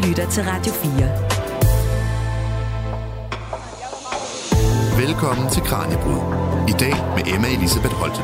lytter til Radio 4. Velkommen til Kraniebrud. I dag med Emma Elisabeth Holtet.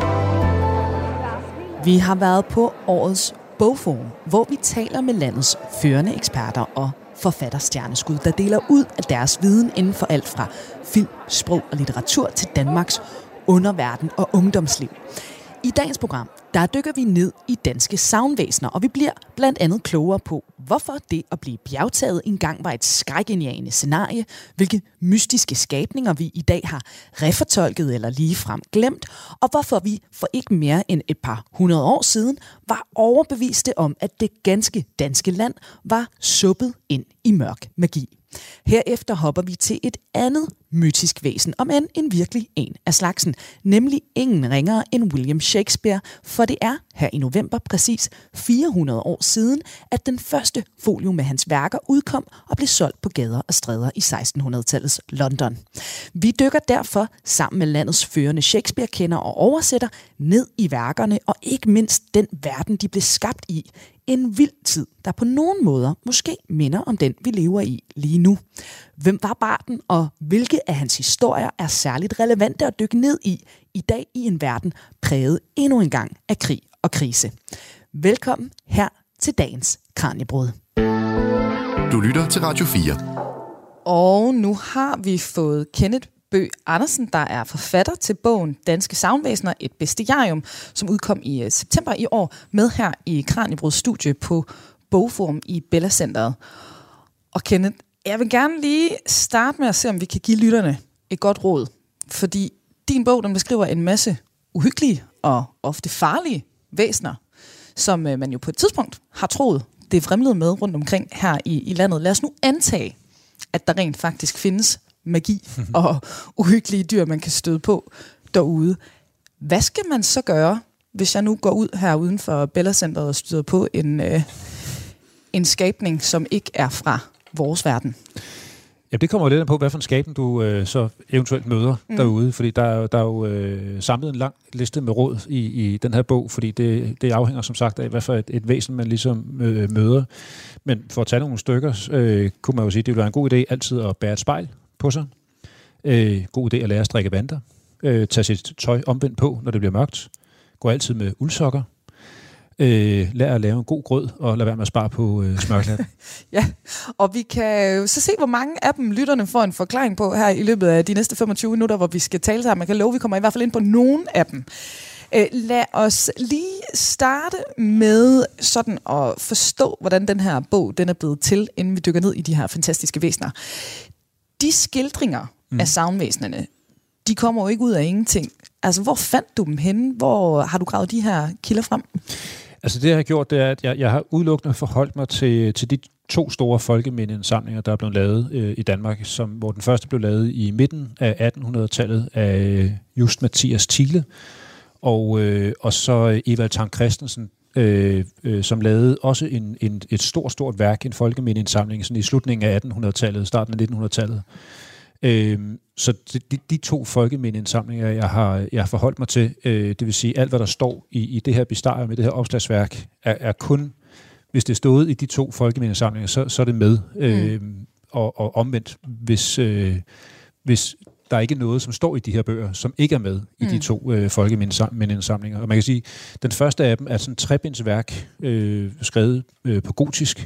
Vi har været på årets bogforum, hvor vi taler med landets førende eksperter og forfatterstjerneskud, der deler ud af deres viden inden for alt fra film, sprog og litteratur til Danmarks underverden og ungdomsliv. I dagens program, der dykker vi ned i danske sagnvæsener, og vi bliver blandt andet klogere på, hvorfor det at blive bjergtaget engang var et skrækindjagende scenarie, hvilke mystiske skabninger vi i dag har refortolket eller ligefrem glemt, og hvorfor vi for ikke mere end et par 100 år siden var overbeviste om, at det ganske danske land var suppet ind i mørk magi. Herefter hopper vi til et andet mytisk væsen, om end en virkelig en af slagsen, nemlig ingen ringere end William Shakespeare, for det er her i november præcis 400 år siden, at den første folio med hans værker udkom og blev solgt på gader og stræder i 1600-tallets London. Vi dykker derfor sammen med landets førende Shakespeare-kender og oversætter ned i værkerne og ikke mindst den verden, de blev skabt i. En vild tid, der på nogen måder måske minder om den, vi lever i lige nu. Hvem var Barden, og hvilke af hans historier er særligt relevante at dykke ned i dag i en verden præget endnu en gang af krig og krise? Velkommen her til dagens Kraniebrud. Du lytter til Radio 4. Og nu har vi fået Kenneth Bøgh Andersen, der er forfatter til bogen Danske Sagnvæsener, et bestiarium, som udkom i september i år, med her i Kraniebrud studie på Bogforum i Bella Centeret. Og Kenneth, jeg vil gerne lige starte med at se, om vi kan give lytterne et godt råd. Fordi din bog, den beskriver en masse uhyggelige og ofte farlige væsener, som man jo på et tidspunkt har troet, det er vrimlet med rundt omkring her i landet. Lad os nu antage, at der rent faktisk findes magi og uhyggelige dyr, man kan støde på derude. Hvad skal man så gøre, hvis jeg nu går ud her uden for Bella Centeret og støder på en skabning, som ikke er fra vores verden? Ja, det kommer jo lidt på, hvad for en skabning du så eventuelt møder derude, fordi der er jo samlet en lang liste med råd i den her bog, fordi det afhænger som sagt af, hvad for et væsen man ligesom møder. Men for at tage nogle stykker, kunne man jo sige, at det ville være en god idé altid at bære et spejl på sig. God idé at lære at strikke vanter. Tage sit tøj omvendt på, når det bliver mørkt. Gå altid med uldsokker. Lær at lave en god grød, og lad være med at spare på smørklat. Ja, og vi kan så se, hvor mange af dem lytterne får en forklaring på her i løbet af de næste 25 minutter, hvor vi skal tale sammen. Man kan love, vi kommer i hvert fald ind på nogle af dem. Lad os lige starte med sådan at forstå, hvordan den her bog den er blevet til, inden vi dykker ned i de her fantastiske væsener. De skildringer af sagnvæsenerne, de kommer jo ikke ud af ingenting. Altså, hvor fandt du dem henne? Hvor har du gravet de her kilder frem? Altså, det jeg har gjort, det er, at jeg har udelukkende forholdt mig til de 2 store folkemindeindsamlinger, der er blevet lavet i Danmark, hvor den første blev lavet i midten af 1800-tallet af Just Mathias Thiele, og så Evald Tang Christensen, som lavede også et stort værk, en folkemindeindsamling, sådan i slutningen af 1800-tallet, starten af 1900-tallet. Så de 2 folkemindeindsamlinger, jeg har forholdt mig til, det vil sige, alt hvad der står i det her bestiarium, i det her opslagsværk, er kun, hvis det er stået i de 2 folkemindeindsamlinger, så er det med. Og omvendt, hvis der ikke er noget, som står i de her bøger, som ikke er med i de 2 folkemindeindsamlinger. Og man kan sige, den første af dem er sådan et 3-bindsværk, skrevet på gotisk,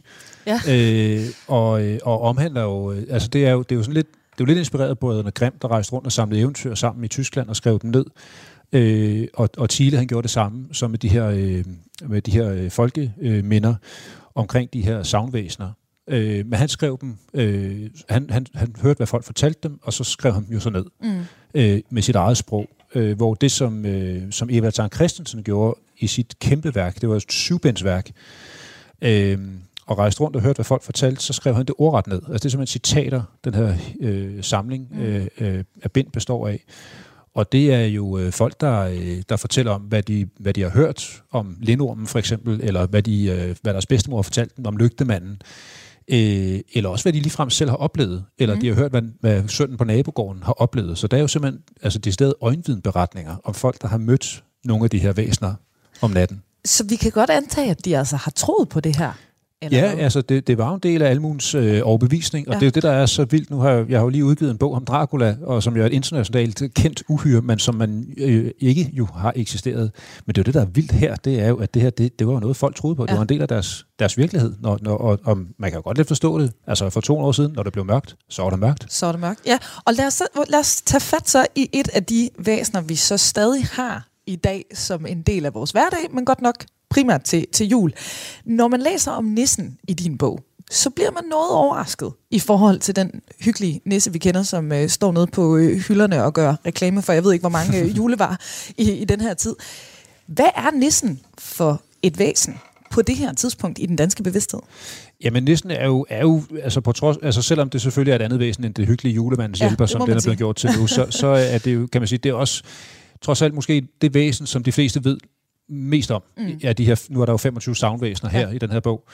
og omhandler jo, altså det er jo sådan lidt, det er jo lidt inspireret af brødrene Grimm, der rejste rundt og samlede eventyr sammen i Tyskland og skrev dem ned. Og Thiele, han gjorde det samme som med de her folkeminder omkring de her sagnvæsener. Men han skrev dem, han hørte, hvad folk fortalte dem, og så skrev han dem jo så ned med sit eget sprog. Hvor det, som Evald Tang Christensen gjorde i sit kæmpe værk, det var et 7-bindsværk, og rejste rundt og hørte, hvad folk fortalte, så skrev han det ordret ned. Altså det er simpelthen citater, den her samling af bind består af. Og det er jo folk, der fortæller om, hvad de har hørt om lindormen for eksempel, eller hvad deres bedstemor har fortalt dem om lygtemanden, eller også hvad de ligefrem selv har oplevet, eller de har hørt, hvad sønnen på nabogården har oplevet. Så der er jo simpelthen det er stadig øjenvidenberetninger om folk, der har mødt nogle af de her væsener om natten. Så vi kan godt antage, at de altså har troet på det her? Eller ja, altså det var jo en del af almuens overbevisning, og det er jo det, der er så vildt. Nu har jeg har jo lige udgivet en bog om Dracula, og som jo er et internationalt kendt uhyre, men som man ikke jo har eksisteret. Men det er jo det, der er vildt her, det er jo, at det her, det var jo noget, folk troede på. Det var en del af deres virkelighed, og man kan jo godt lidt forstå det. Altså for 2 år siden, når det blev mørkt, så var det mørkt. Så er det mørkt, ja. Og lad os tage fat så i et af de væsener, vi så stadig har i dag som en del af vores hverdag, men godt nok primært til jul. Når man læser om nissen i din bog, så bliver man noget overrasket i forhold til den hyggelige nisse, vi kender, som står nede på hylderne og gør reklame for, jeg ved ikke, hvor mange julevarer i den her tid. Hvad er nissen for et væsen på det her tidspunkt i den danske bevidsthed? Jamen nissen er jo altså på trods, altså selvom det selvfølgelig er et andet væsen end det hyggelige julemandens hjælper, som den er blevet gjort til nu, så er det jo, kan man sige, det er også trods alt måske det væsen, som de fleste ved mest om. Ja, de her, nu er der jo 25 savnvæsener her i den her bog.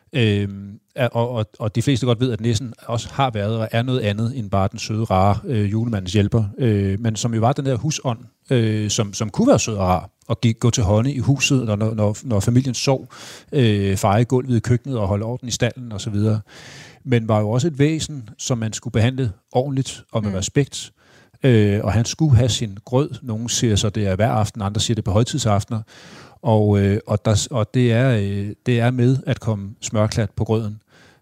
Og de fleste godt ved, at nissen også har været og er noget andet end bare den søde, rare julemandens hjælper. Men som jo var den der husånd, som kunne være sød og rar, og gå til hånde i huset, når familien sov, feje gulvet i køkkenet og holde orden i stallen osv. Men var jo også et væsen, som man skulle behandle ordentligt og med respekt. Og han skulle have sin grød. Nogle siger så, det er hver aften, andre siger det på højtidsaftener. Og det er med at komme smørklat på grøden.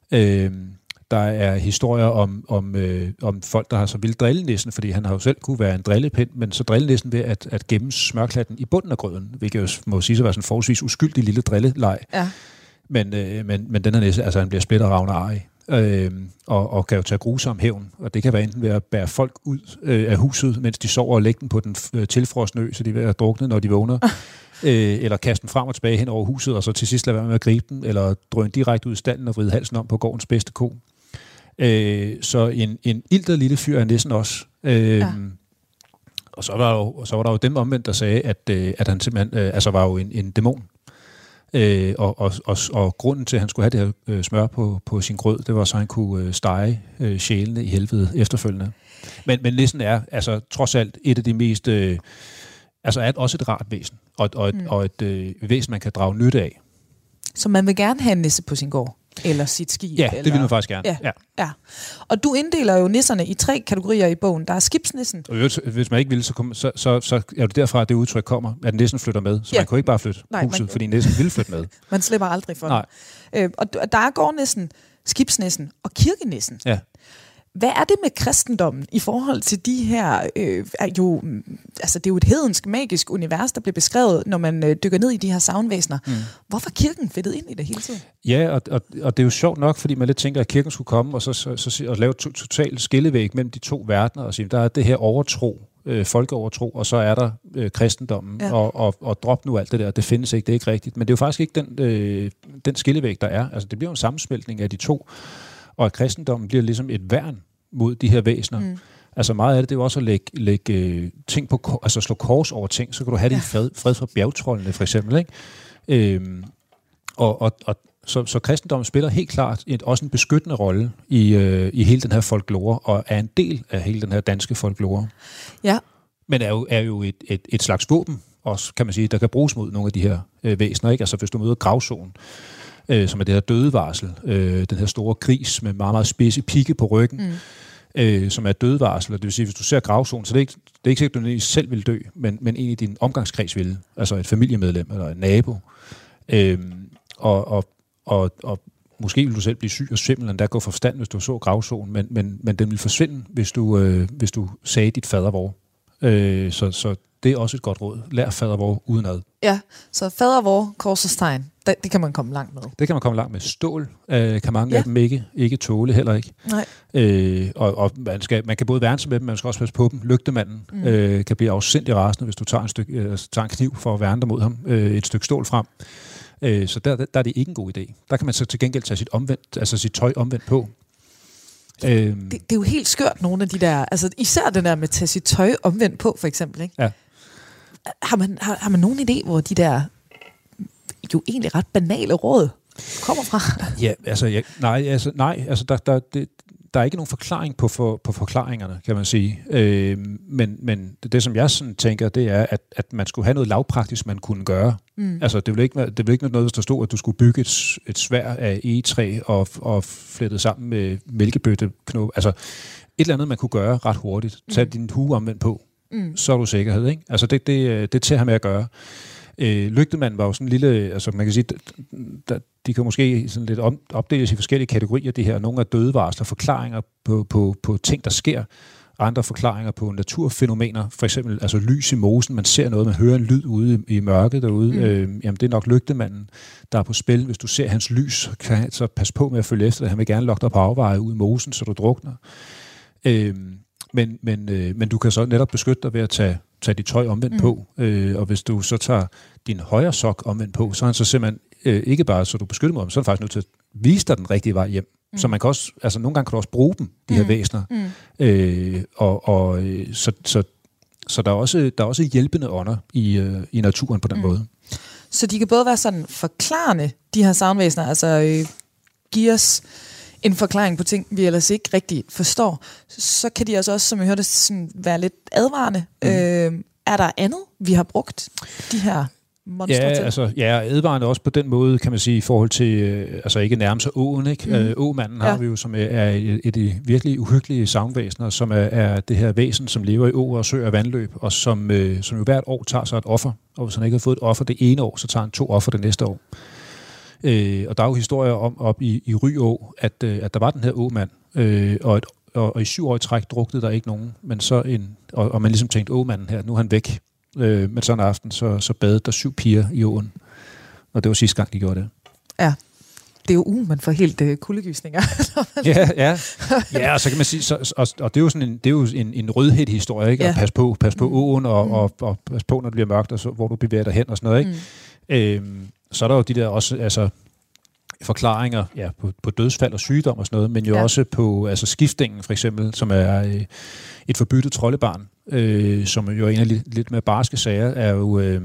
Der er historier om folk, der har så ville drille nissen, fordi han har jo selv kunne være en drillepind, men så drille nissen ved at gemme smørklatten i bunden af grøden, hvilket jo må sige at være sådan en forholdsvis uskyldig lille drilleleg. Ja. Men den her nisse, altså han bliver splitter ravne arg. Og kan jo tage grusom hævn, og det kan være enten ved at bære folk ud af huset, mens de sover og lægge den på den tilfrosne ø, så de er ved at drukne, når de vågner, eller kaste den frem og tilbage hen over huset, og så til sidst lade være med at gribe den, eller drøne direkte ud i stallen og vride halsen om på gårdens bedste ko. Så en ilter lille fyr er næsten også. Og så var der jo dem omvendt, der sagde, at han simpelthen var jo en dæmon. Og grunden til, at han skulle have det her smør på sin grød, det var så, at han kunne stege sjælene i helvede efterfølgende. Men nissen er altså trods alt et af de mest... er også et rart væsen, og et væsen, man kan drage nytte af. Så man vil gerne have en nisse på sin gård? Eller sit skib? Ja, det vil man faktisk gerne. Ja. Og du inddeler jo nisserne i 3 kategorier i bogen. Der er skibsnissen. Og hvis man ikke vil, så er det derfra, at det udtryk kommer, at nissen flytter med. Så man kan jo ikke bare flytte huset, fordi nissen vil flytte med. Man slipper aldrig for den. Og der er gårdnissen, skibsnissen og kirkenissen. Ja. Hvad er det med kristendommen i forhold til de her... det er jo et hedensk, magisk univers, der bliver beskrevet, når man dykker ned i de her savnvæsener. Hvorfor kirken fedtet ind i det hele tiden? Ja, og det er jo sjovt nok, fordi man lidt tænker, at kirken skulle komme og lave totalt skillevæg mellem de 2 verdener og sige, der er det her overtro, folkeovertro, og så er der kristendommen, og drop nu alt det der, det findes ikke, det er ikke rigtigt. Men det er jo faktisk ikke den skillevæg, der er. Altså, det bliver jo en sammensmeltning af de 2, og at kristendommen bliver ligesom et værn mod de her væsener. Altså meget af det er jo også at lægge ting på, altså slå kors over ting, så kan du have din fred fra bjergtrollene, for eksempel, ikke? Så kristendommen spiller helt klart også en beskyttende rolle i hele den her folklore, og er en del af hele den her danske folklore. Ja. Men er jo et slags våben, også, kan man sige, der kan bruges mod nogle af de her væsener, ikke? Altså hvis du møder gravsoen, som er det her dødevarsel, den her store gris med meget, meget spidse pigge på ryggen, som er et dødevarsel. Og det vil sige, hvis du ser gravsonen, så det er ikke sikkert, at du selv vil dø, men en i din omgangskreds vil, altså et familiemedlem eller en nabo. Og måske vil du selv blive syg og svimmel, endda gå for forstand, hvis du så gravsonen, men den vil forsvinde, hvis du sagde dit fadervor. Så det er også et godt råd. Lær fadervor udenad. Ja, så fadervor, korsets tegn, det kan man komme langt med. Det kan man komme langt med. Stål kan mange af dem ikke tåle, heller ikke. Nej. Og man kan både værne sig med dem, man skal også passe på dem. Lygtemanden kan blive afsindig rasende, hvis du tager en kniv for at værne dig mod ham. Et stykke stål frem. Så der er det ikke en god idé. Der kan man så til gengæld tage sit tøj omvendt på. Det er jo helt skørt, nogle af de der, altså især den der med at tage sit tøj omvendt på, for eksempel, ikke? Ja. Har man nogen idé, hvor de der jo egentlig ret banale råd kommer fra? Ja, nej, der er ikke nogen forklaring på forklaringerne, kan man sige. Men det, som jeg sådan tænker, det er, at man skulle have noget lavpraktisk, man kunne gøre. Altså, det ville ikke noget, hvis der stod, at du skulle bygge et sværd af egetræ og flettet sammen med mælkebøtteknop. Altså, et eller andet, man kunne gøre ret hurtigt. Tag din hue omvendt på, så er du sikkerhed, ikke? Altså, det er til at have med at gøre. Lygtemanden var jo sådan en lille, altså man kan sige, de kan måske sådan lidt opdeles i forskellige kategorier, det her. Nogle er dødevarsler, forklaringer på ting, der sker, andre forklaringer på naturfænomener, for eksempel altså lys i mosen, man ser noget, man hører en lyd ude i mørket derude, jamen det er nok lygtemanden, der er på spil. Hvis du ser hans lys, så pas på med at følge efter det. Han vil gerne lokke dig på afveje ud i mosen, så du drukner. Men du kan så netop beskytte dig ved at tage dit tøj omvendt på, og hvis du så tager din højre sok omvendt på, så er han så simpelthen ikke bare så du beskytter mig, så er han faktisk nødt til at vise dig den rigtige vej hjem. Så man kan også, altså nogle gange kan du også bruge dem, de her væsener. Så der er også hjælpende ånder i naturen på den måde. Så de kan både være sådan forklarende, de her savnvæsener, altså give os en forklaring på ting, vi ellers ikke rigtig forstår, så kan de også, som jeg hørte, sådan være lidt advarende. Er der andet, vi har brugt de her monstre til? Altså, advarende også på den måde, kan man sige, i forhold til, altså ikke nærme sig åen, ikke? Åmanden har vi jo, som er et af de virkelig uhyggelige savnvæsener, som er det her væsen, som lever i åer og søer og vandløb, og som jo hvert år tager sig et offer. Og hvis han ikke har fået et offer det ene år, så tager han 2 offer det næste år. Og der er jo historier om op i Ryå, at der var den her åmand, og i 7 år i træk druknede der ikke nogen, men så og man ligesom tænkte, åmanden her, nu er han væk. Men sådan en aften, så badede der 7 piger i åen, og det var sidste gang, de gjorde det. Ja, det er jo man får helt kuldegysninger. Ja, og så kan man sige, og det er jo sådan en rødhed historie, ikke? Ja. Og pas på åen, og pas på, når det bliver mørkt, og så, hvor du bevæger dig hen og sådan noget, ikke? Så er der jo de der også, altså forklaringer på dødsfald og sygdom og sådan noget, men jo også på altså skiftingen for eksempel, som er et forbyttet troldebarn, som jo er en af lidt mere barske sager, er jo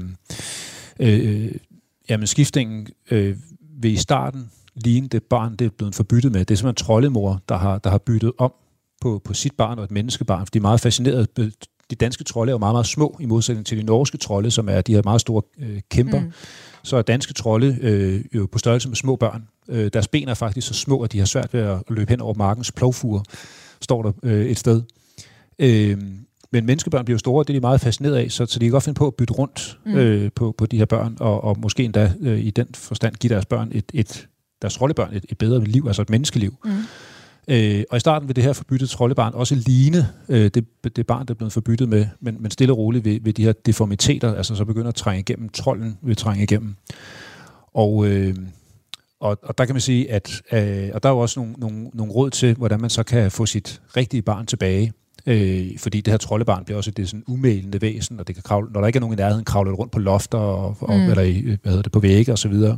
skiftingen vil i starten ligne det barn, det er blevet forbyttet med. Det er simpelthen en troldemor, der har byttet om på sit barn og et menneskebarn, for de er meget fascineret. De danske trolde er jo meget, meget små, i modsætning til de norske trolde, som er de her meget store kæmper. Så er danske trolde jo på størrelse med små børn. Deres ben er faktisk så små, at de har svært ved at løbe hen over markens plovfuger, står der et sted. Men menneskebørn bliver jo store, det er de meget fascineret af, så de kan godt finde på at bytte rundt på de her børn, og måske endda i den forstand give deres børn deres troldebørn et bedre liv, altså et menneskeliv. Og i starten vil det her forbyttede troldebarn også ligne det barn, der er blevet forbyttet med, men stille og roligt ved de her deformiteter, altså så begynder at trænge igennem, trolden vil trænge igennem. Og der kan man sige, at og der er jo også nogle råd til, hvordan man så kan få sit rigtige barn tilbage. Fordi det her troldebarn bliver også det sådan umælende væsen, og det kan kravle, når der ikke er nogen i nærheden, kravle rundt på lofter eller på vægge og så videre.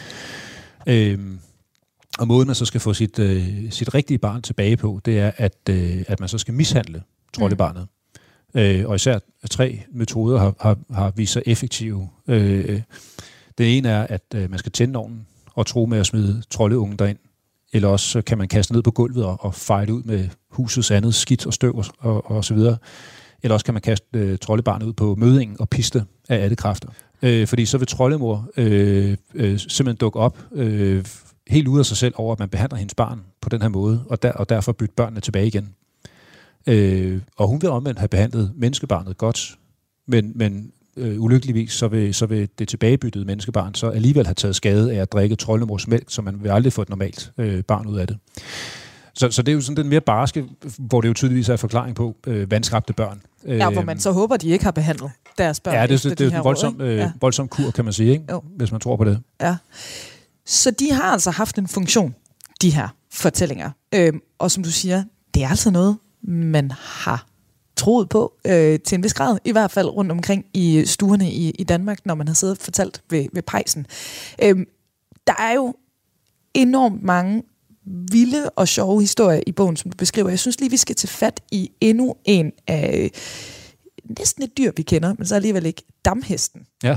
Og måden man så skal få sit rigtige barn tilbage på, det er, at man så skal mishandle troldebarnet. Og især 3 metoder har vist sig effektive. Det ene er, at man skal tænde ovnen og tro med at smide troldeungen derind. Eller også kan man kaste ned på gulvet og fejle ud med husets andet skidt og støv og så videre. Eller også kan man kaste troldebarnet ud på mødingen og piste af alle kræfter. Fordi så vil troldemor simpelthen dukke op helt ude af sig selv over, at man behandler hendes barn på den her måde, og derfor bytte børnene tilbage igen. Og hun vil omvendt have behandlet menneskebarnet godt, men ulykkeligvis så vil det tilbagebyttede menneskebarn så alligevel have taget skade af at drikke troldemors mælk, så man vil aldrig få et normalt barn ud af det. Så det er jo sådan den mere barske, hvor det jo tydeligvis er forklaring på vandskabte børn. Ja, hvor man så håber, de ikke har behandlet deres børn. Ja, det er en voldsom kur, kan man sige, ikke? Hvis man tror på det. Ja. Så de har altså haft en funktion, de her fortællinger. Og som du siger, det er altså noget, man har troet på til en vis grad, i hvert fald rundt omkring i stuerne i Danmark, når man har siddet og fortalt ved pejsen. Der er jo enormt mange vilde og sjove historier i bogen, som du beskriver. Jeg synes lige, vi skal tage fat i endnu en af næsten et dyr, vi kender, men så alligevel ikke, damhesten. Ja.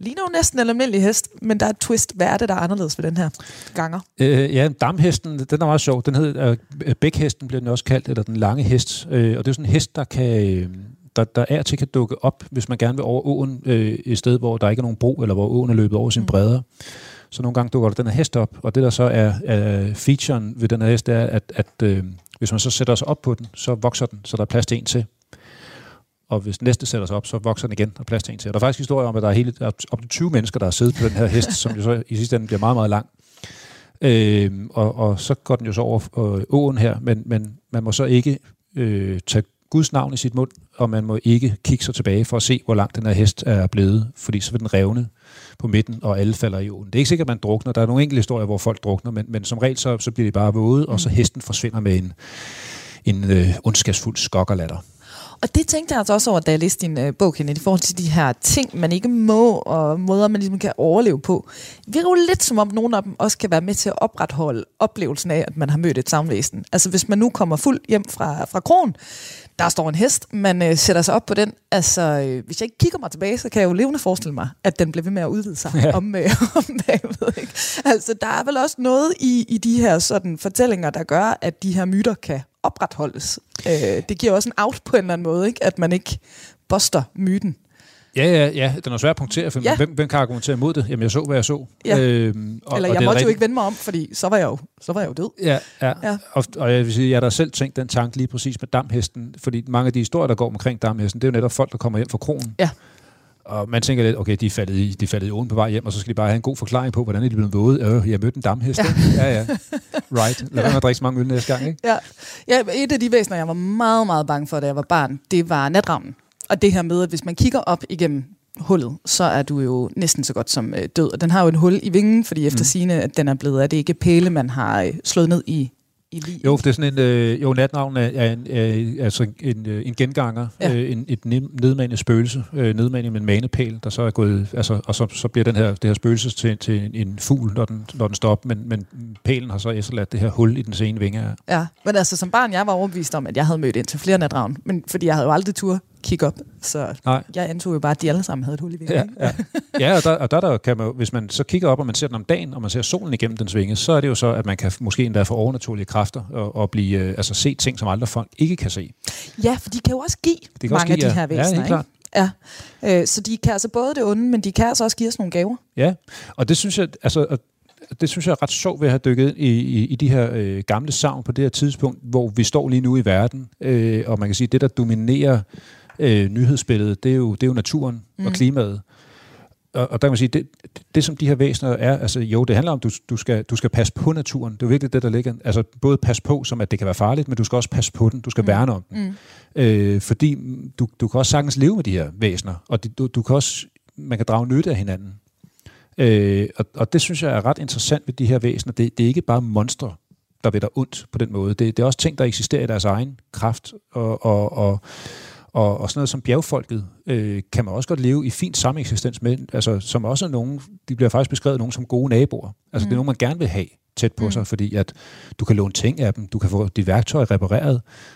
Ligner jo næsten en almindelig hest, men der er et twist. Hvad er det, der er anderledes ved den her ganger? Ja, damhesten, den er meget sjov. Den hedder bækhesten, bliver den også kaldt, eller den lange hest. Og det er sådan en hest, der kan... Der er til kan dukke op, hvis man gerne vil over åen et sted, hvor der ikke er nogen bro, eller hvor åen er løbet over sin bredder. Så nogle gange dukker der den her hest op, og det der så er featuren ved den her hest, er, at hvis man så sætter sig op på den, så vokser den, så der er plads til en til. Og hvis næste sætter sig op, så vokser den igen, og plads til en til. Og der er faktisk historie om, at der er op til 20 mennesker, der har siddet på den her hest, som jo så i sidste ende bliver meget, meget lang. Og så går den jo så over åen her, men man må så ikke tage Guds navn i sit mund, og man må ikke kigge sig tilbage for at se, hvor langt den her hest er blevet, fordi så vil den revne på midten, og alle falder i åen. Det er ikke sikkert, at man drukner. Der er nogle enkelte historier, hvor folk drukner, men som regel så bliver de bare våde, og så hesten forsvinder med en ondskabsfuld skok og latter. Og det tænkte jeg altså også over, da jeg læste din bog, Kenneth, i forhold til de her ting, man ikke må, og måder, man ligesom kan overleve på. Det virker jo lidt som om, nogle af dem også kan være med til at opretholde oplevelsen af, at man har mødt et sagnvæsen. Altså hvis man nu kommer fuld hjem fra kroen, der står en hest, man sætter sig op på den. Altså, hvis jeg ikke kigger mig tilbage, så kan jeg jo levende forestille mig, at den bliver ved med at udvide sig om bagved. Ikke? Altså, der er vel også noget i de her sådan fortællinger, der gør, at de her myter kan opretholdes. Det giver også en out på en eller anden måde, ikke? At man ikke buster myten. Ja, den er svær at punktere, for hvem kan argumentere imod det? Jamen, jeg så, hvad jeg så. Ja. Eller jeg måtte jo ikke vende mig om, fordi så var jeg jo død. Ja. Og jeg vil sige, jeg har da selv tænkt den tanke lige præcis med damhesten, fordi mange af de historier, der går omkring damhesten, det er jo netop folk, der kommer hjem fra kronen. Ja. Og man tænker lidt, okay, de er faldet i åen på vej hjem, og så skal de bare have en god forklaring på, hvordan de er blevet våde. Jeg mødte en damhest. Ja. Right. Lad være med at drikke så mange øl næste gang, ikke? Ja, et af de væsener, jeg var meget, meget bange for, da jeg var barn, det var natravnen. Og det her med, at hvis man kigger op igennem hullet, så er du jo næsten så godt som død. Og den har jo en hul i vingen, fordi efter sigende, at den er blevet, at det ikke pæle, man har slået ned i lige. Jo, for det er sådan en, natravnen er altså en genganger, et nedmanende spøgelse, nedmanding med en manepæl, der så er gået, altså, og så bliver det her spøgelse til en fugl, når den står op, men pælen har så efterladt det her hul i den ene vinge. Ja, men altså som barn, jeg var overbevist om, at jeg havde mødt ind til flere natravn, men fordi jeg havde jo aldrig tur kigge op, så jeg antog jo bare, at de alle sammen havde et hul i vingen. Ja, og der kan man, hvis man så kigger op, og man ser den om dagen, og man ser solen igennem den svinge, så er det jo så, at man kan måske endda få overnaturlige kræfter, og blive, se ting, som andre folk ikke kan se. Ja, for de kan jo også give mange af de her væsener, helt klart. Ja, så de kan altså både det onde, men de kan altså også give os nogle gaver. Ja, og det synes jeg, det synes jeg er ret sjovt ved at have dykket ind i de her gamle sagn på det her tidspunkt, hvor vi står lige nu i verden, og man kan sige, at det, der dominerer nyhedsbilledet, det er jo naturen og klimaet. Og der kan man sige, det som de her væsener er, altså jo, det handler om, at du skal passe på naturen. Det er jo virkelig det, der ligger. Altså både passe på, som at det kan være farligt, men du skal også passe på den. Du skal værne om den. Fordi du kan også sagtens leve med de her væsener, og du kan også, man kan drage nytte af hinanden. Og det synes jeg er ret interessant ved de her væsener. Det er ikke bare monstre, der vil dig ondt på den måde. Det er også ting, der eksisterer i deres egen kraft, og sådan noget som bjergfolket kan man også godt leve i fint sameksistens med, altså som også er nogen, de bliver faktisk beskrevet nogen som gode naboer. Altså det er nogen, man gerne vil have tæt på sig, fordi at du kan låne ting af dem, du kan få dit værktøj repareret,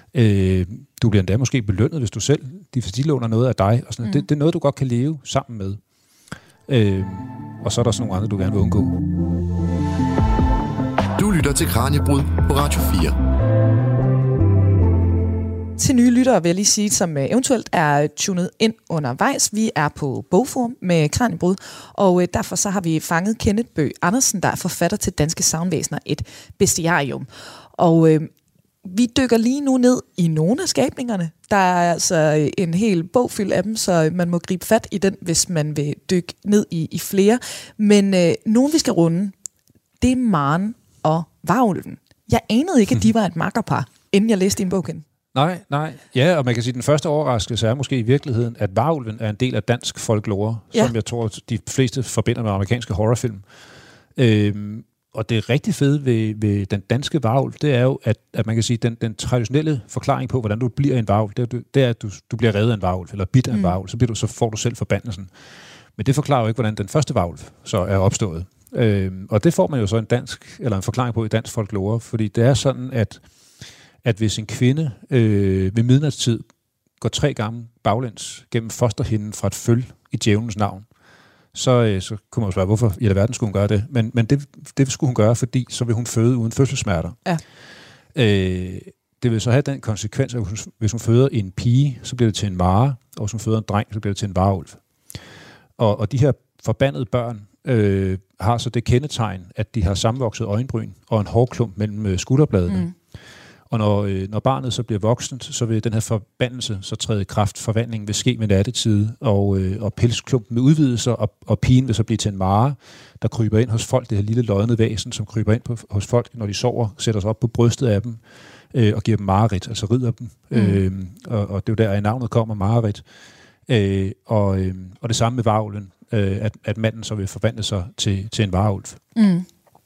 du bliver endda måske belønnet, hvis du selv, hvis de låner noget af dig, og sådan det er noget, du godt kan leve sammen med. Og så er der også nogle andre, du gerne vil undgå. Du lytter til Kraniebrud på Radio 4. Til nye lyttere vil jeg lige sige, som eventuelt er tunet ind undervejs. Vi er på Bogforum med Kraniebrud, og derfor så har vi fanget Kenneth Bøgh Andersen, der er forfatter til Danske Sagnvæsener, et bestiarium. Og vi dykker lige nu ned i nogle af skabningerne. Der er altså en hel bog fyldt af dem, så man må gribe fat i den, hvis man vil dykke ned i flere. Men nogle, vi skal runde, det er Maren og Varulven. Jeg anede ikke, at de var et makkerpar, inden jeg læste din bog. Nej. Ja, og man kan sige, at den første overraskelse er måske i virkeligheden, at Varulven er en del af dansk folklore, som jeg tror, de fleste forbinder med amerikanske horrorfilm. Og det rigtig fede ved den danske varulv, det er jo, at man kan sige, den traditionelle forklaring på, hvordan du bliver en varulv, det er, at du bliver reddet af en varulv, eller bidt af en varulv, så får du selv forbandelsen. Men det forklarer jo ikke, hvordan den første varulv så er opstået. Og det får man jo så en forklaring på i dansk folklore, fordi det er sådan, at hvis en kvinde ved midnatstid går 3 gange baglæns gennem fosterhinden fra et føl i djævelens navn, så kunne man jo spørge, hvorfor i alverden skulle hun gøre det? Men det skulle hun gøre, fordi så vil hun føde uden fødselssmerter. Ja. Det vil så have den konsekvens, at hvis hun føder en pige, så bliver det til en mare, og hvis hun føder en dreng, så bliver det til en varulv. Og de her forbandede børn har så det kendetegn, at de har sammenvokset øjenbryn og en hårklump mellem skulderbladene. Mm. Og når barnet så bliver voksent, så vil den her forbandelse så træde i kraft. Forvandlingen vil ske med nattetid, og pelsklumpen vil udvide sig, og pigen vil så blive til en mare, der kryber ind hos folk. Det her lille lødende væsen, som kryber ind hos folk, når de sover, sætter sig op på brystet af dem, og giver dem mareridt, altså rider dem. Mm. Og det er jo der, at navnet kommer, mareridt. Og det samme med varulven, at manden så vil forvandle sig til en varulv. Mm.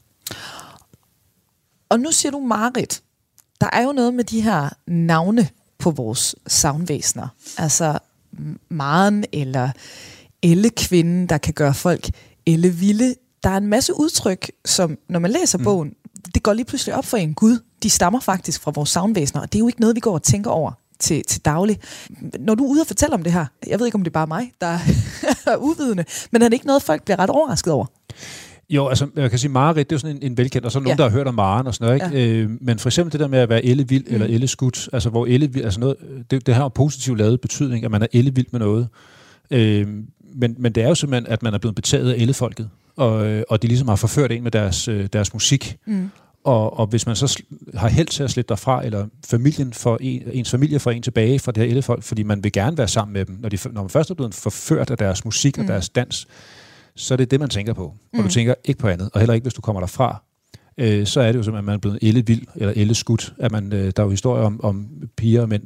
Og nu siger du mareridt. Der er jo noget med de her navne på vores sagnvæsener. Altså maren eller ellekvinden, der kan gøre folk ellevilde. Der er en masse udtryk, som når man læser bogen, det går lige pludselig op for en Gud. De stammer faktisk fra vores sagnvæsener, og det er jo ikke noget, vi går og tænker over til daglig. Når du er ude og fortælle om det her, jeg ved ikke, om det er bare mig, der er uvidende, men er det ikke noget, folk bliver ret overrasket over? Jo, altså, jeg kan sige, mareridt, det er jo sådan en velkendt, og så er nogen, der har hørt om maren og sådan noget, ikke? Ja. Men for eksempel det der med at være ellevild eller elleskudt, altså hvor ellevild, altså noget, det har jo positivt lavet betydning, at man er ellevild med noget. Men det er jo simpelthen, at man er blevet betaget af ellefolket, og de ligesom har forført en med deres musik. Mm. Og hvis man så har held til at slippe derfra, eller ens familie får en tilbage fra det her ellefolk, fordi man vil gerne være sammen med dem, når man først er blevet forført af deres musik og deres dans, så er det det, man tænker på. Og du tænker ikke på andet, og heller ikke, hvis du kommer derfra. Så er det jo simpelthen, at man er blevet ellevild eller elleskudt. At der er jo historier om piger og mænd,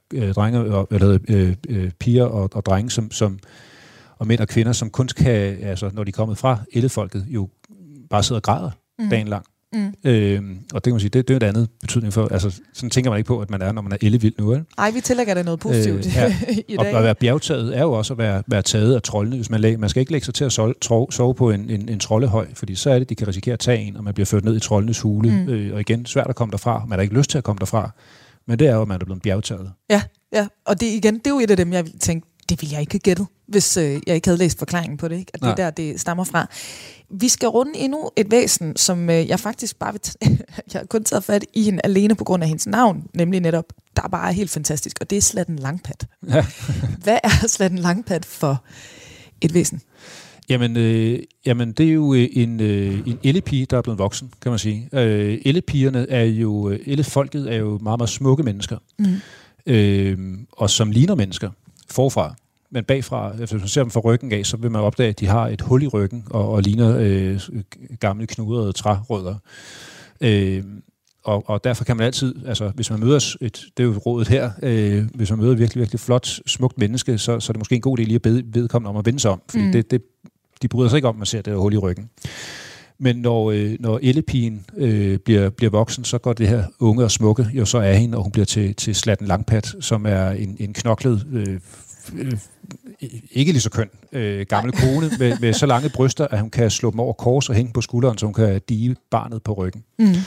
piger og drenge, og mænd og kvinder, som kun kan, altså når de er kommet fra ellefolket, jo bare sidder og græder dagen lang. Og det kan man sige, det er jo et andet betydning for, altså sådan tænker man ikke på, at man er, når man er ellevild nu, ikke? Ej, vi tillægger det noget positivt i dag. Og at være bjergtaget er jo også at være taget af troldene, hvis man skal ikke lægge sig til at sove på en troldehøj, fordi så er det, de kan risikere at tage en, og man bliver ført ned i troldenes hule, og igen, svært at komme derfra, man har ikke lyst til at komme derfra, men det er jo, at man er blevet bjergtaget. Ja, og det er jo et af dem, jeg tænkte, det ville jeg ikke have gættet, hvis jeg ikke havde læst forklaringen på det, ikke? At det der, det stammer fra. Vi skal runde endnu et væsen, som jeg faktisk bare vil jeg har kun taget fat i hende alene på grund af hendes navn, nemlig netop, der bare er helt fantastisk, og det er Slatten Langpat. Ja. Hvad er Slatten Langpat for et væsen? Jamen, det er jo en ellepige, der er blevet voksen, kan man sige. Ellepigerne er jo, ellefolket er jo meget, meget smukke mennesker, og som ligner mennesker forfra. Men bagfra, hvis man ser dem fra ryggen af, så vil man opdage, at de har et hul i ryggen og ligner gamle knudrede trærødder. Og derfor kan man altid, altså hvis man møder det er jo rådet her, hvis man møder virkelig, virkelig flot, smukt menneske, så er det måske en god idé lige at bede vedkommende om at vende sig om, fordi de bryder sig ikke om, at man ser det der hul i ryggen. Men når ellepigen bliver voksen, så går det her unge og smukke jo så af hende, og hun bliver til Slatten Langpat, som er en knoklet, ikke lige så køn, gammel kone med så lange bryster, at hun kan slå dem over kors og hænge på skulderen, så hun kan dige barnet på ryggen.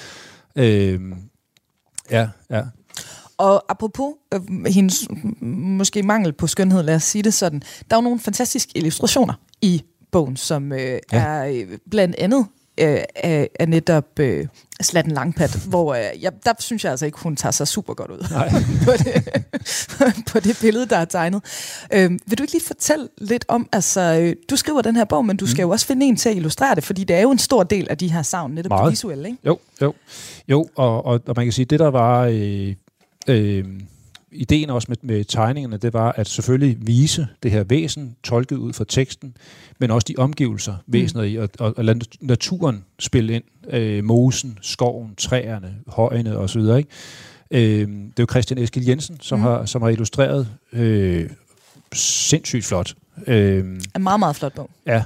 Ja. Og apropos hendes måske mangel på skønhed, lad os sige det sådan, der er jo nogle fantastiske illustrationer i bogen, som er blandt andet af netop Slatten Langpat, hvor der synes jeg altså ikke, hun tager sig super godt ud på det billede, der er tegnet. Vil du ikke lige fortælle lidt om, altså du skriver den her bog, men du skal jo også finde en til at illustrere det, fordi det er jo en stor del af de her savn, netop det visuelle, ikke? Jo, og man kan sige, det der var ideen også med tegningerne, det var at selvfølgelig vise det her væsen, tolket ud fra teksten, men også de omgivelser, væsenet i, og lade naturen spille ind, mosen, skoven, træerne, højene osv. Det er jo Christian Eskil Jensen, som har illustreret sindssygt flot. En meget, meget flot bog. Ja,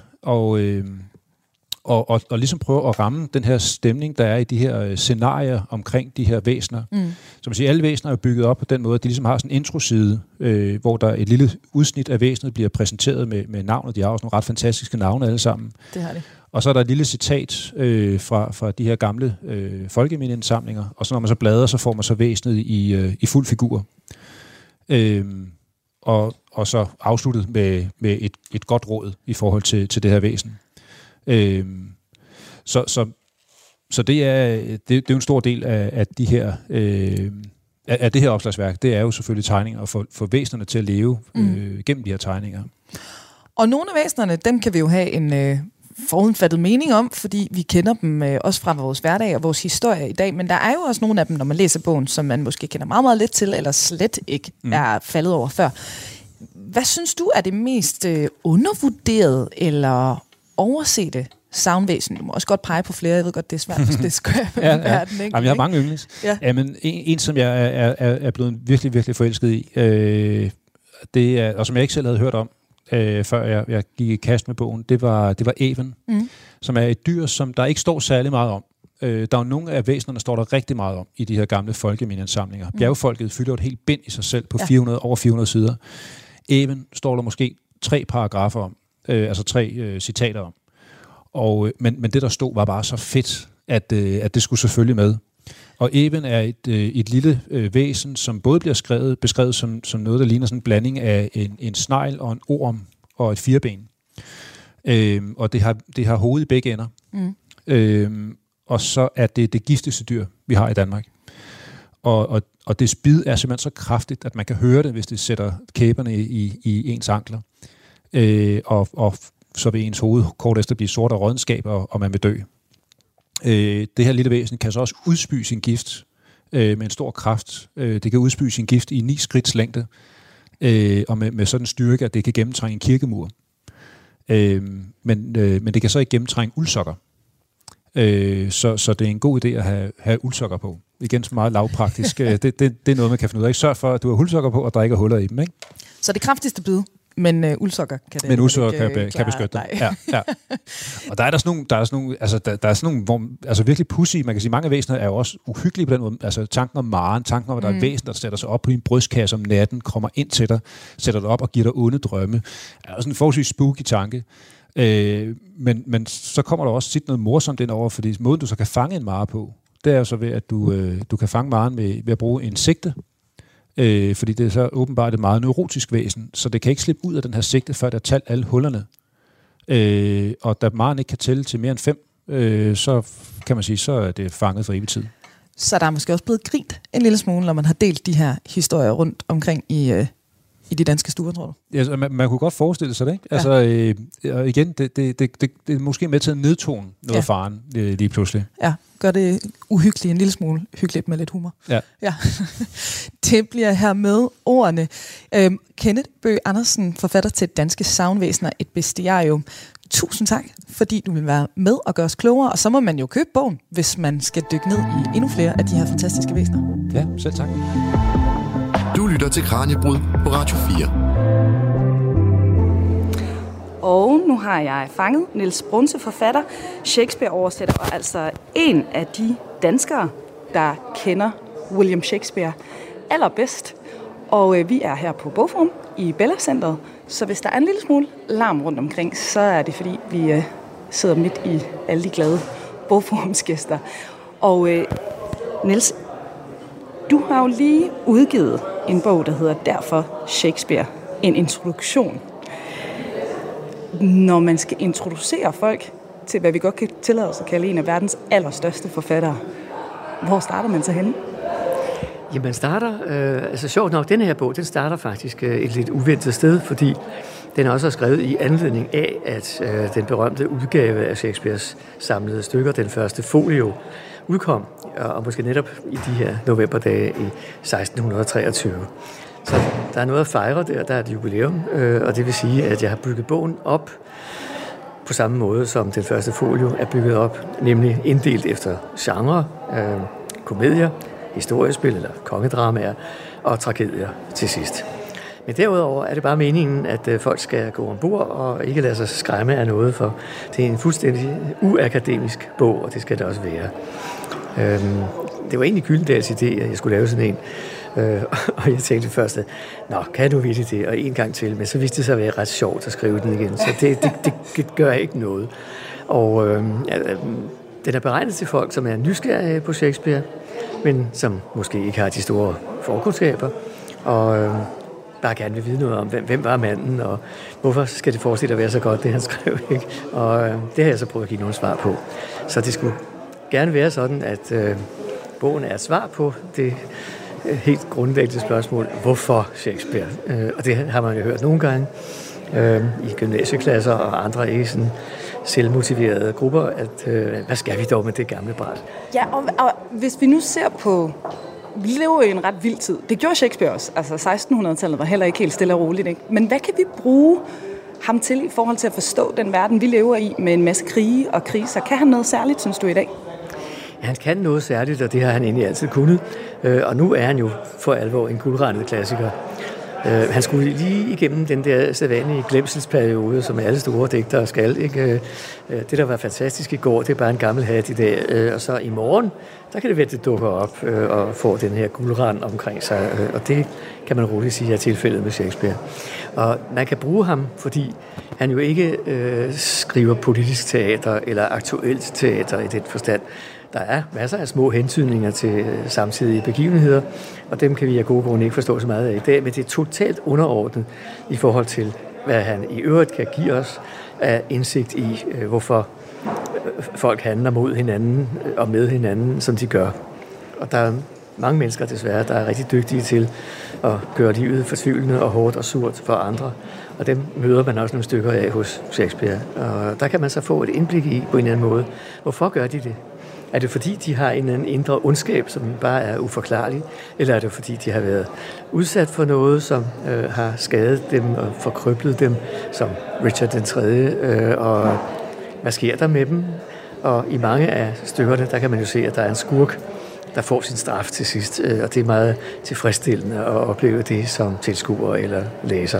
og ligesom prøve at ramme den her stemning, der er i de her scenarier omkring de her væsener. Så man siger, alle væsener er bygget op på den måde, at de ligesom har sådan en introside, hvor der et lille udsnit af væsenet bliver præsenteret med navnet. De har også nogle ret fantastiske navne alle sammen. Det har de. Og så er der et lille citat fra de her gamle folkemindeindsamlinger, og så når man så bladrer, så får man så væsenet i fuld figur. og så afsluttet med et godt råd i forhold til det her væsen. Så det er jo en stor del af de her af det her opslagsværk. Det er jo selvfølgelig tegninger for væsenerne til at leve gennem de her tegninger. Og nogle af væsenerne, dem kan vi jo have en forudfattet mening om, fordi vi kender dem også fra vores hverdag og vores historie i dag, men der er jo også nogle af dem, når man læser bogen, som man måske kender meget, meget lidt til, eller slet ikke er faldet over før. Hvad synes du er det mest undervurderede eller oversete savnvæsen? Du må også godt pege på flere, jeg ved godt, det er svært at beskrive verden, ikke? Jamen, jeg har mange yndlings. Ja. Jamen, en som jeg er blevet virkelig, virkelig forelsket i, det er, og som jeg ikke selv havde hørt om, før jeg gik i kast med bogen, det var Even, som er et dyr, som der ikke står særlig meget om. Der er jo nogle af væsenerne, der står der rigtig meget om i de her gamle folkemindesamlinger. Bjergfolket fylder et helt bind i sig selv på over 400 sider. Even står der måske 3 paragrafer om, altså 3 citater om. Men det, der stod, var bare så fedt, at det skulle selvfølgelig med. Og Even er et lille væsen, som både bliver beskrevet som noget, der ligner sådan en blanding af en snegl og en orm og et firben. Og det har hoved i begge ender. Og så er det giftigste dyr, vi har i Danmark. Og det spid er simpelthen så kraftigt, at man kan høre det, hvis det sætter kæberne i ens ankler. Og så vil ens hoved kort efter blive sort af rådenskab, og man vil dø. Det her lille væsen kan så også udspy sin gift med en stor kraft. Det kan udspy sin gift i 9 skridts længde, og med sådan en styrke, at det kan gennemtrænge en kirkemur. Men det kan så ikke gennemtrænge uldsokker. Så det er en god idé at have uldsokker på. Igen, så meget lavpraktisk. Det er noget, man kan finde ud af. Sørg for, at du har uldsokker på, og der ikke er huller i dem, ikke? Så det kraftigste bid, men uldsokker kan det. Men uldsokker kan beskytte dig. Ja. Og der er sådan nogle, hvor, altså virkelig pussy. Man kan sige, mange af væsener er jo også uhyggelige på den måde. Altså tanken om maren, tanken om, at der er et væsen, der sætter sig op på din brystkasse om natten, kommer ind til dig, sætter dig op og giver dig onde drømme. Er også en forholdsvis spooky tanke. Men så kommer der også tit noget morsomt ind over, fordi måden, du så kan fange en mare på, det er jo så ved, at du kan fange maren ved at bruge en sigte. Fordi det er så åbenbart et meget neurotisk væsen, så det kan ikke slippe ud af den her sigte, før der er talt alle hullerne. Og da maren ikke kan tælle til mere end 5, så kan man sige, så er det fanget for evig tid. Så der er måske også blevet grint en lille smule, når man har delt de her historier rundt omkring i de danske stuer, tror du? Ja, man kunne godt forestille sig det, ikke? Altså, og igen, det er måske med til at nedtone noget af faren lige pludselig. Ja, gør det uhyggeligt, en lille smule hyggeligt med lidt humor. Ja. Det bliver her med ordene. Kenneth Bøgh Andersen, forfatter til Danske Sagnvæsener, et bestiarium. Tusind tak, fordi du vil være med og gøre os klogere, og så må man jo købe bogen, hvis man skal dykke ned i endnu flere af de her fantastiske væsener. Ja, selv tak. Du lytter til Kraniebrud på Radio 4. Og nu har jeg fanget Niels Brunse, forfatter, Shakespeare-oversætter, og altså en af de danskere, der kender William Shakespeare allerbedst. Og vi er her på Bogforum i Bella Centeret, så hvis der er en lille smule larm rundt omkring, så er det fordi, vi sidder midt i alle de glade Bogforumsgæster. Og Niels, du har jo lige udgivet en bog, der hedder Derfor Shakespeare, en introduktion. Når man skal introducere folk til, hvad vi godt kan tillade os at kalde en af verdens allerstørste forfattere, hvor starter man så henne? Jamen, man starter, sjovt nok, denne her bog, den starter faktisk et lidt uventet sted, fordi den er også skrevet i anledning af, at den berømte udgave af Shakespeares samlede stykker, den første folio, udkom, og måske netop i de her novemberdage i 1623. Så der er noget at fejre der er et jubilæum, og det vil sige, at jeg har bygget bogen op på samme måde, som den første folio er bygget op, nemlig inddelt efter genre, komedier, historiespil eller kongedramaer og tragedier til sidst. Men derudover er det bare meningen, at folk skal gå ombord og ikke lade sig skræmme af noget, for det er en fuldstændig uakademisk bog, og det skal det også være. Det var egentlig Gyldendals idé, at jeg skulle lave sådan en, og jeg tænkte først, kan du virkelig det, og en gang til, men så viste det sig at være ret sjovt at skrive den igen, så det gør ikke noget. Og den er beregnet til folk, som er nysgerrige på Shakespeare, men som måske ikke har de store forkundskaber, og bare gerne vil vide noget om, hvem var manden, og hvorfor skal det forestille at være så godt, det han skrev, ikke? Og det har jeg så prøvet at give nogle svar på. Så det skulle gerne være sådan, at bogen er et svar på det helt grundlæggende spørgsmål, hvorfor Shakespeare? Og det har man jo hørt nogle gange i gymnasieklasser og andre ikke sådan selvmotiverede grupper, at hvad skal vi dog med det gamle bræt? Ja, og hvis vi nu ser på... Vi lever i en ret vild tid. Det gjorde Shakespeare også. Altså 1600-tallet var heller ikke helt stille og roligt, ikke? Men hvad kan vi bruge ham til i forhold til at forstå den verden, vi lever i, med en masse krige og kriser? Kan han noget særligt, synes du, i dag? Ja, han kan noget særligt, og det har han egentlig altid kunnet. Og nu er han jo for alvor en guldrandet klassiker. Han skulle lige igennem den der sædvanlige glemselsperiode, som alle store digtere skal. Ikke? Det, der var fantastisk i går, det er bare en gammel hat i dag. Og så i morgen, der kan det være, at det dukker op og får den her guldrand omkring sig. Og det kan man roligt sige er tilfældet med Shakespeare. Og man kan bruge ham, fordi han jo ikke skriver politisk teater eller aktuelt teater i den forstand. Der er masser af små hentydninger til samtidige begivenheder, og dem kan vi af gode grunde ikke forstå så meget af i dag, men det er totalt underordnet i forhold til, hvad han i øvrigt kan give os af indsigt i, hvorfor folk handler mod hinanden og med hinanden, som de gør. Og der er mange mennesker desværre, der er rigtig dygtige til at gøre livet fortvivlende og hårdt og surt for andre, og dem møder man også nogle stykker af hos Shakespeare. Og der kan man så få et indblik i på en eller anden måde. Hvorfor gør de det? Er det fordi, de har en eller anden indre ondskab, som bare er uforklarlig? Eller er det fordi, de har været udsat for noget, som har skadet dem og forkryblet dem, som Richard den 3. Og hvad sker der med dem? Og i mange af stykkerne, der kan man jo se, at der er en skurk, der får sin straf til sidst. Og det er meget tilfredsstillende at opleve det som tilskuer eller læser.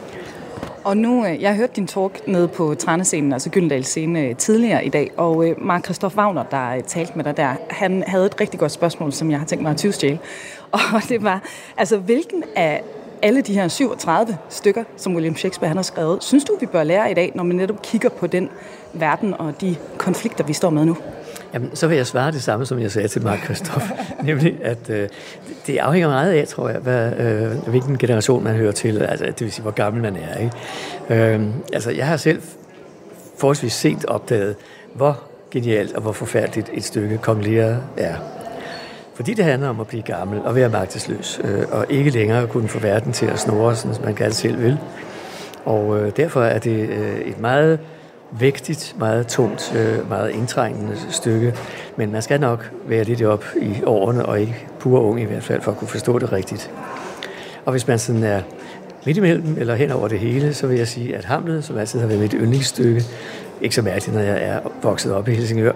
Og nu, jeg har hørt din talk nede på Tranæ-scenen, altså Gyldendals scene, tidligere i dag, og Mark Christoph Wagner, der talte med dig der, han havde et rigtig godt spørgsmål, som jeg har tænkt mig at tyvstjæle. Og det var, altså hvilken af alle de her 37 stykker, som William Shakespeare han har skrevet, synes du, vi bør lære i dag, når man netop kigger på den verden og de konflikter, vi står med nu? Jamen, så vil jeg svare det samme, som jeg sagde til Mark Christoph, nemlig at det afhænger meget af, tror jeg, hvilken generation man hører til, altså det vil sige, hvor gammel man er. Ikke? Altså, jeg har selv forholdsvis sent opdaget, hvor genialt og hvor forfærdeligt et stykke Kong Lear er. Fordi det handler om at blive gammel og være magtesløs, og ikke længere kunne få verden til at snurre, som man gerne selv vil. Og derfor er det et meget vægtigt, meget tungt, meget indtrængende stykke, men man skal nok være lidt op i årene, og ikke pur ung i hvert fald, for at kunne forstå det rigtigt. Og hvis man sådan er midt imellem, eller hen over det hele, så vil jeg sige, at Hamlet, som altid har været mit yndlingsstykke, ikke så mærkeligt, når jeg er vokset op i Helsingør,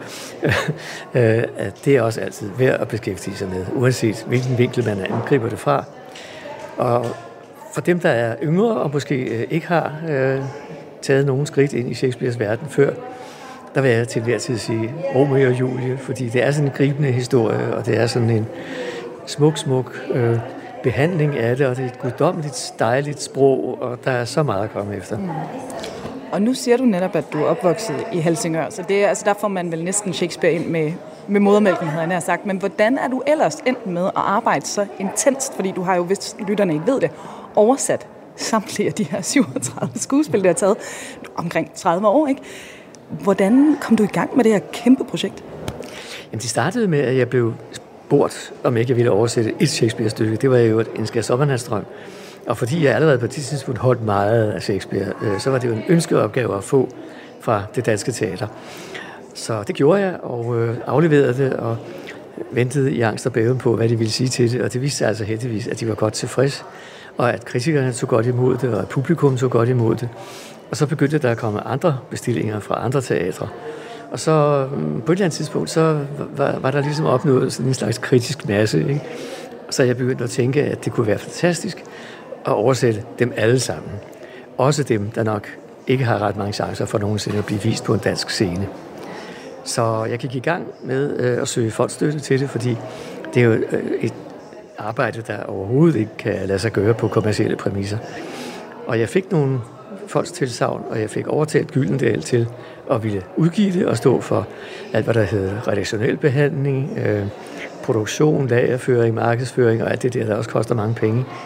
at det er også altid værd at beskæftige sig med, uanset hvilken vinkel man angriber det fra. Og for dem, der er yngre, og måske ikke har taget nogen skridt ind i Shakespeares verden før, der vil jeg til hver tid sige Romeo og Julie, fordi det er sådan en gribende historie, og det er sådan en smuk behandling af det, og det er et guddommeligt, dejligt sprog, og der er så meget at komme efter. Og nu siger du netop, at du er opvokset i Helsingør, så det er, altså, der får man vel næsten Shakespeare ind med modermælken, havde jeg nær sagt. Men hvordan er du ellers endt med at arbejde så intenst? Fordi du har jo, hvis lytterne ikke ved det, oversat samtlige af de her 37 skuespil, der har taget omkring 30 år, ikke? Hvordan kom du i gang med det her kæmpe projekt? Jamen, det startede med, at jeg blev spurgt, om ikke jeg ville oversætte et Shakespeare-stykke. Det var jo en Skær Sommernatsdrøm. Og fordi jeg allerede på det tidspunkt holdt meget af Shakespeare, så var det jo en ønskeopgave at få fra det danske teater. Så det gjorde jeg, og afleverede det, og ventede i angst og bæven på, hvad de ville sige til det. Og det viste sig altså heldigvis, at de var godt tilfreds, og at kritikerne tog godt imod det, og at publikum tog godt imod det. Og så begyndte der at komme andre bestillinger fra andre teatre. Og så på et eller andet tidspunkt, så var der ligesom opnået sådan en slags kritisk masse, ikke? Så jeg begyndte at tænke, at det kunne være fantastisk at oversætte dem alle sammen. Også dem, der nok ikke har ret mange chancer for nogensinde at blive vist på en dansk scene. Så jeg gik i gang med at søge fondsstøtte til det, fordi det er jo et arbejde, der overhovedet ikke kan lade sig gøre på kommercielle præmisser. Og jeg fik nogle fondstilsagn, og jeg fik overtalt Gyldendal til at ville udgive det og stå for alt, hvad der hedder redaktionel behandling, produktion, lagerføring, markedsføring og alt det der også koster mange penge.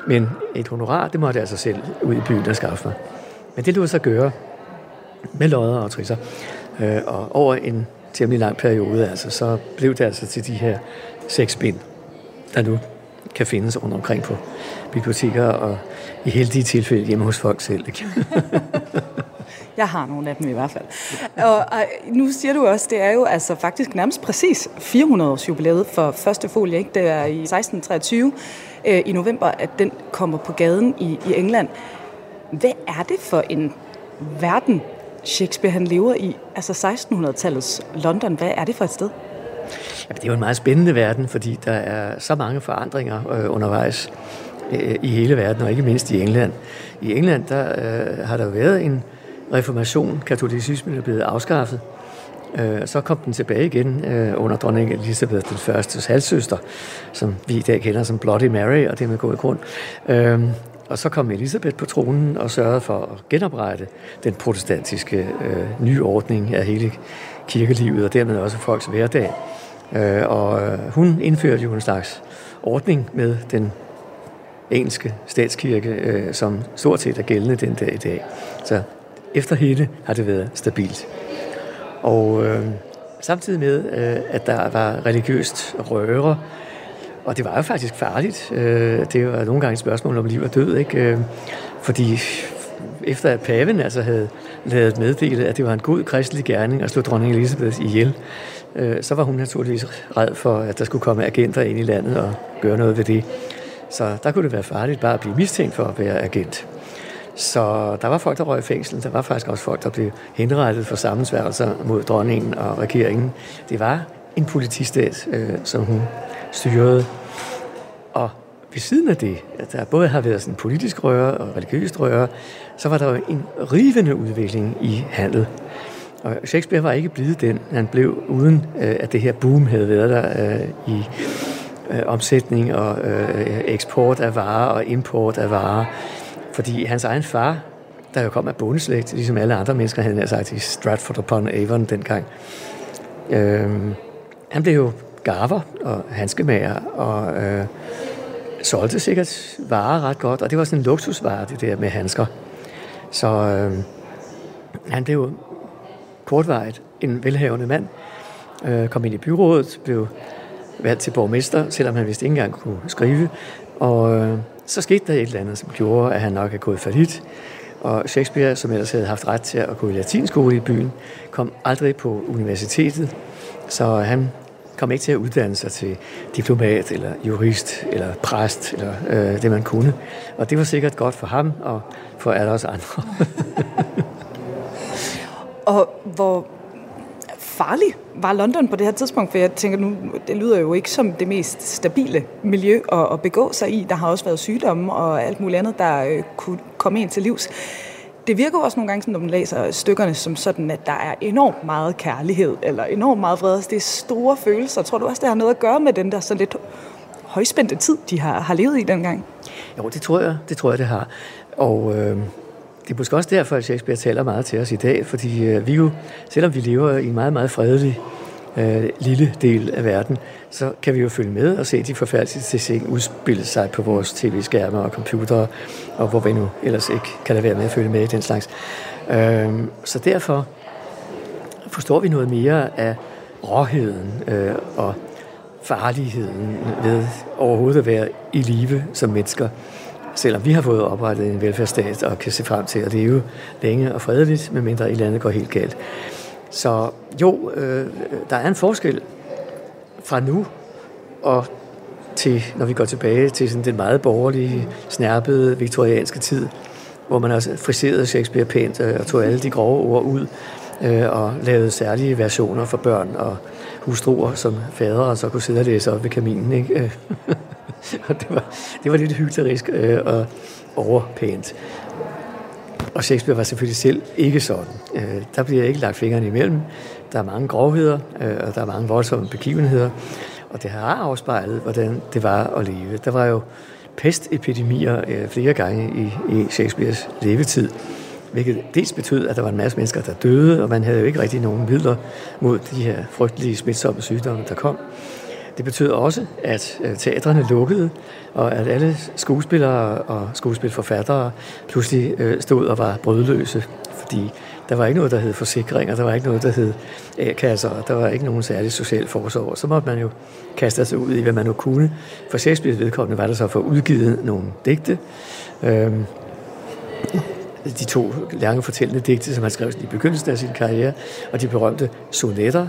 Men et honorar, det måtte jeg altså selv ud i byen og skaffe mig. Men det lod sig gøre med lodder og trisser. Og over en temmelig lang periode, altså, så blev det altså til de her 6 bind, der nu kan findes rundt omkring på biblioteker og i heldige tilfælde hjemme hos folk selv. Ikke? Jeg har nogle af dem i hvert fald. Og nu siger du også, det er jo altså faktisk nærmest præcis 400-års jubilæet for første folie, ikke? Det er i 1623 i november, at den kommer på gaden i England. Hvad er det for en verden, Shakespeare han lever i? Altså 1600-tallets London, hvad er det for et sted? Ja, det er jo en meget spændende verden, fordi der er så mange forandringer undervejs i hele verden, og ikke mindst i England. I England der har der været en reformation, katolicismen er blevet afskaffet. Så kom den tilbage igen under dronning Elizabeth den Førstes halvsøster, som vi i dag kender som Bloody Mary, og det med god grund. Og så kom Elizabeth på tronen og sørgede for at genoprette den protestantiske nyordning af hele kirkelivet, og dermed også folks hverdag. Og hun indførte jo en slags ordning med den engelske statskirke, som stort set er gældende den dag i dag. Så efter hende har det været stabilt. Og samtidig med, at der var religiøst røre, og det var jo faktisk farligt. Det var nogle gange et spørgsmål om liv og død, ikke? Fordi efter at paven altså havde lavet meddele, at det var en god kristelig gerning at slå dronning Elizabeth ihjel, så var hun naturligvis red for, at der skulle komme agenter ind i landet og gøre noget ved det. Så der kunne det være farligt bare at blive mistænkt for at være agent. Så der var folk, der røg i fængsel. Der var faktisk også folk, der blev henrettet for sammensværgelser mod dronningen og regeringen. Det var en politistat, som hun styrede. Og ved siden af det, at der både har været sådan en politisk røre og religiøst røre, så var der jo en rivende udvikling i handel. Og Shakespeare var ikke blevet den, han blev, uden at det her boom havde været der i omsætning og eksport af varer og import af varer. Fordi hans egen far, der jo kom af bondeslægt, ligesom alle andre mennesker, han havde sagt i Stratford-upon-Avon dengang, han blev jo garver og handskemager og solgte sikkert varer ret godt, og det var sådan en luksusvare, det der med handsker. Så han blev kortvarigt en velhavende mand, kom ind i byrådet, blev valgt til borgmester, selvom han vist ikke engang kunne skrive, og så skete der et eller andet, som gjorde, at han nok er gået fallit. Og Shakespeare, som ellers havde haft ret til at gå i latinskole i byen, kom aldrig på universitetet, så han kom ikke til at uddanne sig til diplomat, eller jurist, eller præst, eller det man kunne. Og det var sikkert godt for ham, og for alle os andre. Og hvor farlig var London på det her tidspunkt? For jeg tænker nu, det lyder jo ikke som det mest stabile miljø at begå sig i. Der har også været sygdomme og alt muligt andet, der kunne komme ind til livs. Det virker også nogle gange, når man læser stykkerne, som sådan, at der er enormt meget kærlighed, eller enormt meget fred. Det er store følelser. Tror du også, det har noget at gøre med den der så lidt højspændte tid, de har levet i dengang? Jo, det tror jeg, det har. Og det er måske også derfor, at Shakespeare taler meget til os i dag, fordi vi jo, selvom vi lever i en meget, meget fredelig lille del af verden, så kan vi jo følge med og se de forfærdeligste ting udspille sig på vores tv-skærme og computere, og hvor vi nu ellers ikke kan lade være med at følge med i den slags. Så derfor forstår vi noget mere af råheden og farligheden ved overhovedet at være i live som mennesker, selvom vi har fået oprettet en velfærdsstat og kan se frem til at leve længe og fredeligt, medmindre i landet går helt galt. Så jo, der er en forskel fra nu og til, når vi går tilbage til sådan den meget borgerlige, snærpede, viktorianske tid, hvor man også friserede Shakespeare pænt og tog alle de grove ord ud og lavede særlige versioner for børn og hustruer, som fadere så kunne sidde og læse op ved kaminen, ikke? Og det var lidt hyklerisk og overpænt. Og Shakespeare var selvfølgelig selv ikke sådan. Der bliver ikke lagt fingrene imellem. Der er mange grovheder, og der er mange voldsomme begivenheder. Og det har afspejlet, hvordan det var at leve. Der var jo pestepidemier flere gange i Shakespeares levetid, hvilket dels betød, at der var en masse mennesker, der døde, og man havde jo ikke rigtig nogen midler mod de her frygtelige smitsomme sygdomme, der kom. det betød også, at teatrene lukkede, og at alle skuespillere og skuespilforfattere pludselig stod og var brødløse, fordi der var ikke noget, der hed forsikringer, der var ikke noget, der hed A-kasser, der var ikke nogen særlig social forsorg. Så måtte man jo kaste sig ud i, hvad man nu kunne. For Shakespeares vedkommende var der så for udgivet nogle digte. De 2 lange fortællende digte, som han skrev i begyndelsen af sin karriere, og de berømte sonetter.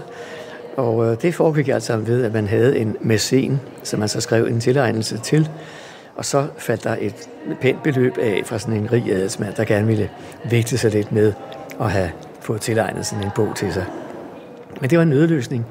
Og det foregik alt sammen ved, at man havde en mæcen, som man så skrev en tilegnelse til, og så faldt der et pænt beløb af fra sådan en rig adelsmand, der gerne ville vægte sig lidt med at have fået tilegnet sådan en bog til sig. Men det var en nødløsning,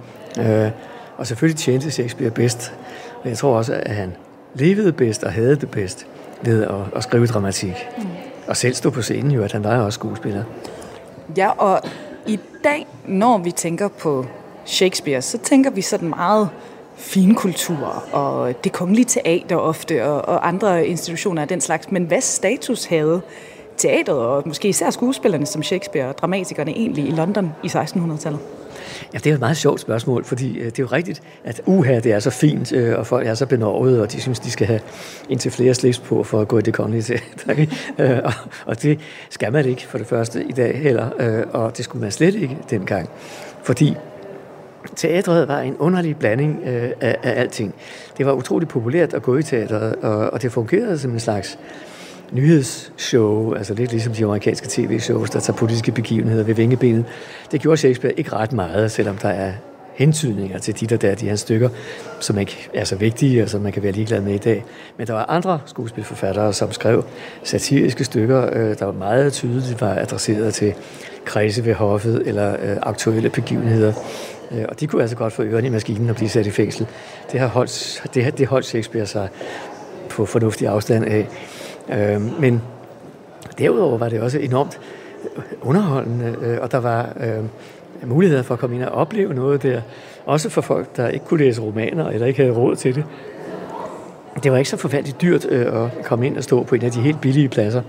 og selvfølgelig tjente Shakespeare bedst. Og jeg tror også, at han levede bedst og havde det bedst ved at skrive dramatik. Og selv stå på scenen jo, at han var jo også skuespiller. Ja, og i dag, når vi tænker på Shakespeare, så tænker vi sådan meget finkultur og det kongelige teater ofte og andre institutioner af den slags. Men hvad status havde teateret og måske især skuespillerne som Shakespeare og dramatikerne egentlig i London i 1600-tallet? Ja, det er et meget sjovt spørgsmål, fordi det er jo rigtigt, at det er så fint, og folk er så benovet, og de synes, de skal have indtil flere slips på for at gå i det kongelige teater. Og det skal man ikke for det første i dag heller, og det skulle man slet ikke dengang, fordi teatret var en underlig blanding af alting. Det var utroligt populært at gå i teatret, og det fungerede som en slags nyhedsshow, altså lidt ligesom de amerikanske tv-shows, der tager politiske begivenheder ved vingebenet. Det gjorde Shakespeare ikke ret meget, selvom der er hentydninger til de hans stykker, som ikke er så vigtige, og som man kan være ligeglad med i dag. Men der var andre skuespilforfattere, som skrev satiriske stykker, der var meget tydeligt var adresseret til kredse ved hoffet eller aktuelle begivenheder. Og de kunne altså godt få ørerne i maskinen og blive sat i fængsel. Det holdt Shakespeare sig på fornuftig afstand af. Men derudover var det også enormt underholdende, og der var muligheder for at komme ind og opleve noget der. Også for folk, der ikke kunne læse romaner eller ikke havde råd til det. Det var ikke så forfærdeligt dyrt at komme ind og stå på en af de helt billige pladser.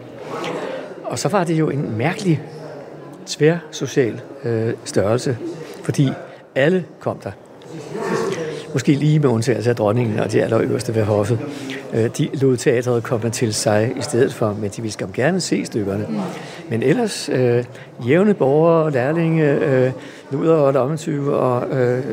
Og så var det jo en mærkelig tværsocial størrelse, fordi alle kom der. Måske lige med undtagelse af dronningen og de allerøverste ved hoffet. De lod teatret komme til sig i stedet for, men de ville skam gerne se stykkerne. Men ellers jævne borgere, lærlinge, luder og lommetyve og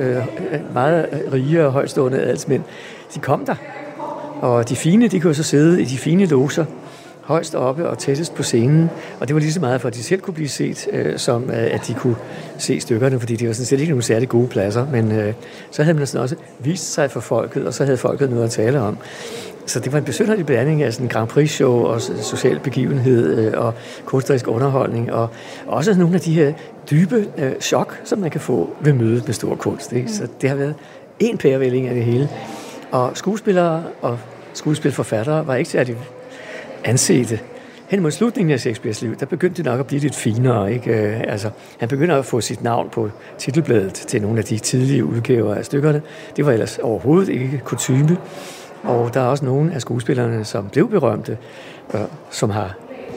meget rige og højtstående adelsmænd, de kom der. Og de fine, de kunne så sidde i de fine loger, højst oppe og tættest på scenen. Og det var lige så meget for, at de selv kunne blive set, som at de kunne se stykkerne, fordi det var sådan set ikke nogle særlig gode pladser. Men så havde man sådan også vist sig for folket, og så havde folket noget at tale om. Så det var en besynderlig blanding af sådan en Grand Prix-show og social begivenhed og kunstnerisk underholdning, og også nogle af de her dybe chok, som man kan få ved mødet med stor kunst. Ikke? Så det har været en pærevælling af det hele. Og skuespillere og skuespilforfattere var ikke særlig ansete. Hen mod slutningen af Shakespeares liv, der begyndte det nok at blive lidt finere. Ikke? Altså, han begynder at få sit navn på titelbladet til nogle af de tidlige udgaver af stykkerne. Det var ellers overhovedet ikke kutyme. Og der er også nogle af skuespillerne, som blev berømte, som har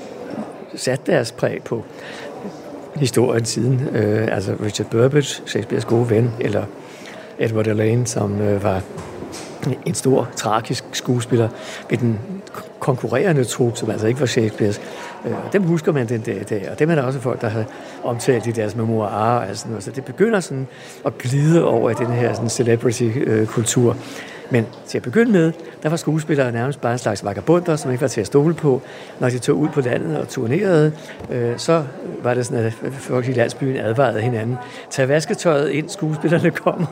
sat deres præg på historien siden. Altså Richard Burbage, Shakespeares gode ven, eller Edward Alleyn, som var en stor, tragisk skuespiller ved den konkurrerende trup, som altså ikke var Shakespeares. Dem husker man den dag i dag, og dem er der også folk, der har omtalt i deres memoirer. Altså, så det begynder sådan at glide over i den her sådan celebrity-kultur. Men til at begynde med, der var skuespillere nærmest bare en slags vagabunder, som ikke var til at stole på. Når de tog ud på landet og turnerede, så var det sådan, at folk i landsbyen advarede hinanden. Tag vasketøjet ind, skuespillerne kommer.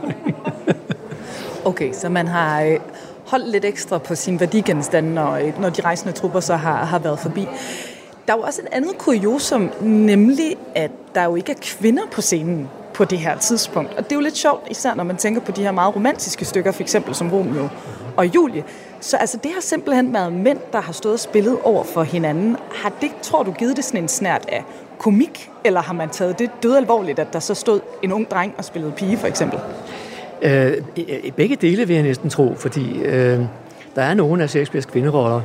Okay, så man har holdt lidt ekstra på sin værdigenstande, når de rejsende trupper så har været forbi. Der er jo også et andet kuriosum, nemlig at der jo ikke er kvinder på scenen på det her tidspunkt. Og det er jo lidt sjovt, især når man tænker på de her meget romantiske stykker, for eksempel som Romeo og Julie. Så altså, det har simpelthen været mænd, der har stået og spillet over for hinanden. Har det, tror du, givet det sådan en snert af komik, eller har man taget det dødalvorligt, at der så stod en ung dreng og spillede pige, for eksempel? Begge dele vil jeg næsten tro, fordi der er nogle af Shakespeares kvinderoller.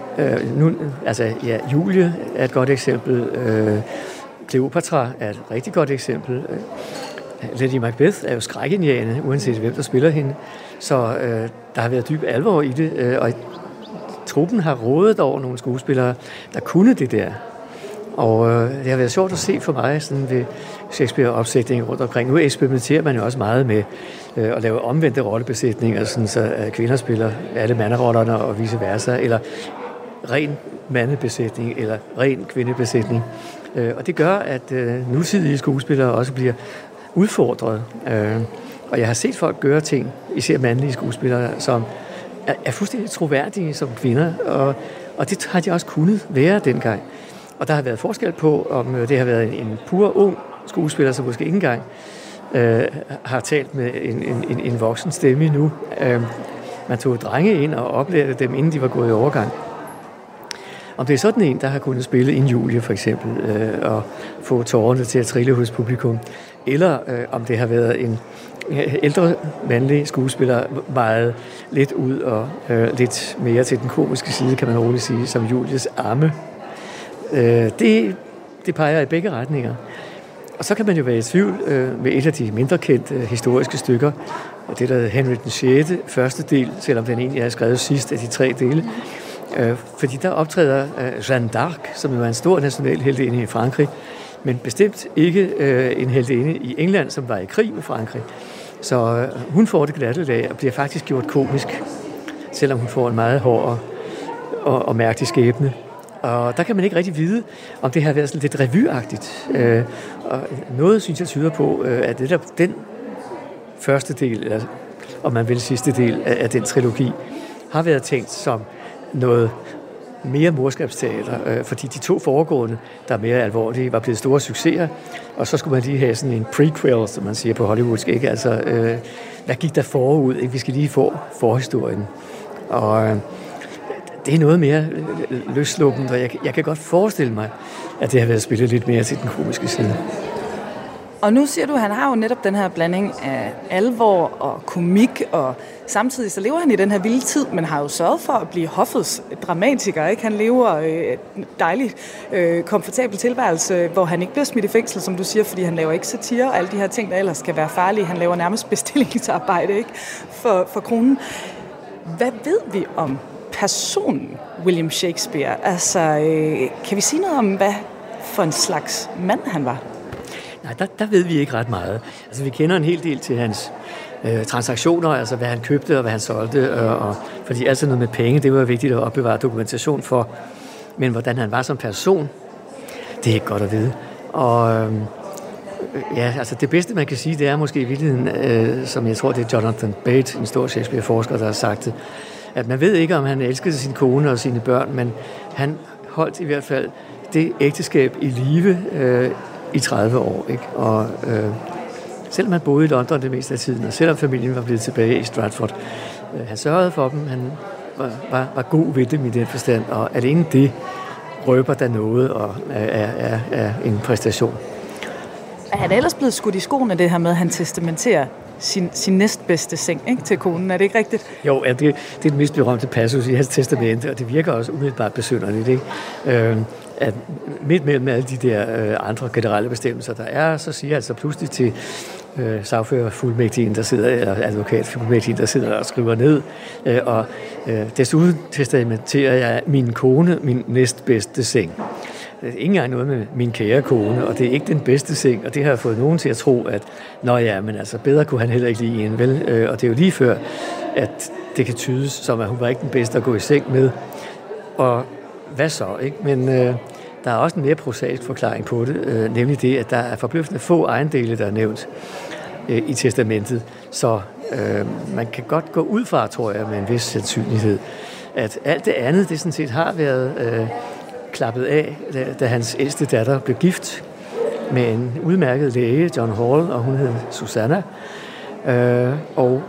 Julie er et godt eksempel. Kleopatra er et rigtig godt eksempel. Lady Macbeth er jo skrækindjagende, uanset hvem der spiller hende. Så der har været dyb alvor i det, og truppen har rådet over nogle skuespillere, der kunne det der. Og det har været sjovt at se for mig sådan ved Shakespeare-opsætningen rundt omkring. Nu eksperimenterer man jo også meget med at lave omvendte rollebesætninger, sådan så kvinder spiller alle manderollerne og vice versa, eller ren mandebesætning eller ren kvindebesætning. Og det gør, at nutidige skuespillere også bliver udfordret. Og jeg har set folk gøre ting, især mandlige skuespillere, som er fuldstændig troværdige som kvinder, og det har de også kunnet være dengang. Og der har været forskel på, om det har været en pur ung skuespiller, som måske ikke engang har talt med en voksen stemme endnu. Man tog drenge ind og oplærte dem, inden de var gået i overgang. Om det er sådan en, der har kunnet spille en Julie for eksempel, og få tårerne til at trille hos publikum, eller om det har været en ældre mandlig skuespiller, meget lidt ud og lidt mere til den komiske side, kan man roligt sige, som Julies amme. Det peger i begge retninger. Og så kan man jo være i tvivl med et af de mindre kendte historiske stykker, det der hedder Henry den 6. første del, selvom den egentlig er skrevet sidst af de 3 dele. Fordi der optræder Jeanne d'Arc, som jo er en stor national heltinde i Frankrig, men bestemt ikke en heltinde i England, som var i krig med Frankrig. Så hun får det glatte lag og bliver faktisk gjort komisk, selvom hun får en meget hård og mærkelig skæbne. Og der kan man ikke rigtig vide, om det har været sådan lidt revyagtigt. Og noget, synes jeg, tyder på, at det der, den første del, eller om man vil sidste del af den trilogi, har været tænkt som noget mere morskabsteater, fordi de 2 foregående, der er mere alvorlige, var blevet store succeser, og så skulle man lige have sådan en prequel, som man siger på hollywoodsk, ikke? Altså, hvad gik der forud? Ikke? Vi skal lige få forhistorien. Og det er noget mere løsluppent, og jeg kan godt forestille mig, at det har været spillet lidt mere til den komiske side. Og nu siger du, at han har jo netop den her blanding af alvor og komik, og samtidig så lever han i den her vilde tid, men har jo sørget for at blive hoffets dramatiker, ikke? Han lever et dejligt, komfortabel tilværelse, hvor han ikke bliver smidt i fængsel, som du siger, fordi han laver ikke satire og alle de her ting, der ellers skal være farlige. Han laver nærmest bestillingsarbejde, ikke? For kronen. Hvad ved vi om personen William Shakespeare? Altså, kan vi sige noget om, hvad for en slags mand han var? Nej, der ved vi ikke ret meget. Altså, vi kender en hel del til hans transaktioner, altså hvad han købte og hvad han solgte, og fordi altid noget med penge, det var vigtigt at opbevare dokumentation for. Men hvordan han var som person, det er ikke godt at vide. Og ja, altså det bedste, man kan sige, det er måske i virkeligheden, som jeg tror, det er Jonathan Bate, en stor Shakespeare-forsker, der har sagt det, at man ved ikke, om han elskede sin kone og sine børn, men han holdt i hvert fald det ægteskab i live i 30 år. Ikke? Og selvom han boede i London det meste af tiden, og selvom familien var blevet tilbage i Stratford, han sørgede for dem, han var god ved dem i den forstand, og alene det røber der noget og er en præstation. Er han ellers blevet skudt i skoene, det her med, at han testamenterer sin næstbedste seng, ikke, til konen? Er det ikke rigtigt? Jo, ja, det er den mest berømte passus i hans testamente, og det virker også umiddelbart besynderligt, ikke? At midt mellem alle de der andre generelle bestemmelser, der er, så siger han så pludselig til sagførerfuldmægtigen, der sidder, eller advokatfuldmægtigen, der sidder og skriver ned, og desuden testamenterer jeg min kone, min næstbedste seng. Det er ikke engang noget med min kære kone, og det er ikke den bedste seng, og det har fået nogen til at tro, at nå ja, men altså bedre kunne han heller ikke lide en, vel? Og det er jo lige før, at det kan tydes som, at hun var ikke den bedste at gå i seng med. Og hvad så, ikke? Men der er også en mere prosaisk forklaring på det, nemlig det, at der er forbløffende få ejendele, der er nævnt i testamentet, så man kan godt gå ud fra, tror jeg, med en vis sandsynlighed, at alt det andet, det sådan set har været klappet af, da hans ældste datter blev gift med en udmærket læge, John Hall, og hun hed Susanna. Og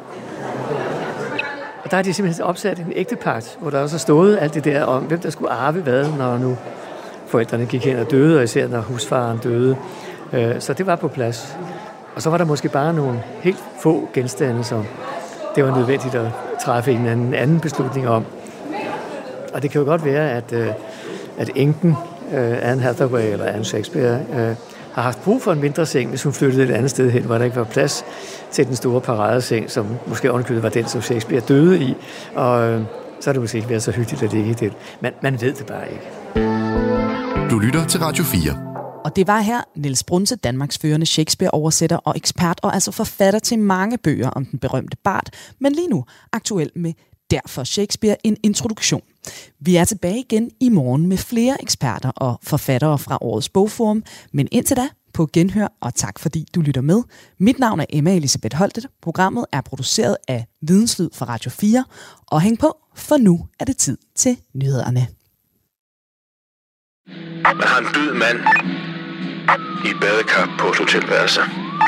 der har de simpelthen opsat en ægtepagt, hvor der også stod alt det der om, hvem der skulle arve hvad, når nu forældrene gik hen og døde, og især når husfaren døde. Så det var på plads. Og så var der måske bare nogle helt få genstande, som det var nødvendigt at træffe en anden beslutning om. Og det kan jo godt være, at enken, Anne Hathaway eller Anne Shakespeare, har haft brug for en mindre seng, hvis hun flyttede et andet sted hen, hvor der ikke var plads til den store paradeseng, som måske ovenkøbet var den, som Shakespeare døde i. Og så har det måske ikke været så hyggeligt, at det ikke er den. Man ved det bare ikke. Du lytter til Radio 4. Og det var her Niels Brunse, Danmarks førende Shakespeare-oversætter og ekspert, og altså forfatter til mange bøger om den berømte Bard, men lige nu aktuel med Derfor Shakespeare, en introduktion. Vi er tilbage igen i morgen med flere eksperter og forfattere fra årets bogforum, men indtil da på genhør, og tak fordi du lytter med. Mit navn er Emma Elisabeth Holtet. Programmet er produceret af Videnslyd for Radio 4, og hæng på, for nu er det tid til nyhederne. Man har en død mand i et badekar på et hotelværelse.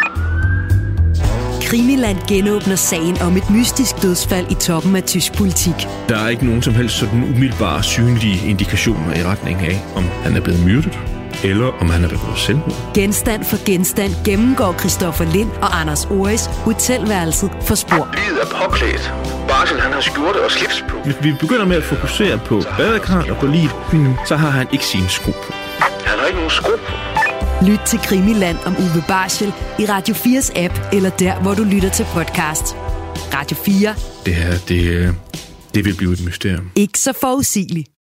Krimiland genåbner sagen om et mystisk dødsfald i toppen af tysk politik. Der er ikke nogen som helst sådan umiddelbare synlige indikationer i retning af, om han er blevet myrdet, eller om han er begået selvmord. Genstand for genstand gennemgår Christoffer Lind og Anders Oris hotelværelset for spor. Livet er påklædt. Barsel, han har skjorte og slips på. Hvis vi begynder med at fokusere på badekarret og på livet, så har han ikke sine sko på. Han har ikke nogen sko på. Lyt til Krimiland om Uwe Barschel i Radio 4's app, eller der, hvor du lytter til podcast. Radio 4. Det her, det vil blive et mysterium. Ikke så forudsigeligt.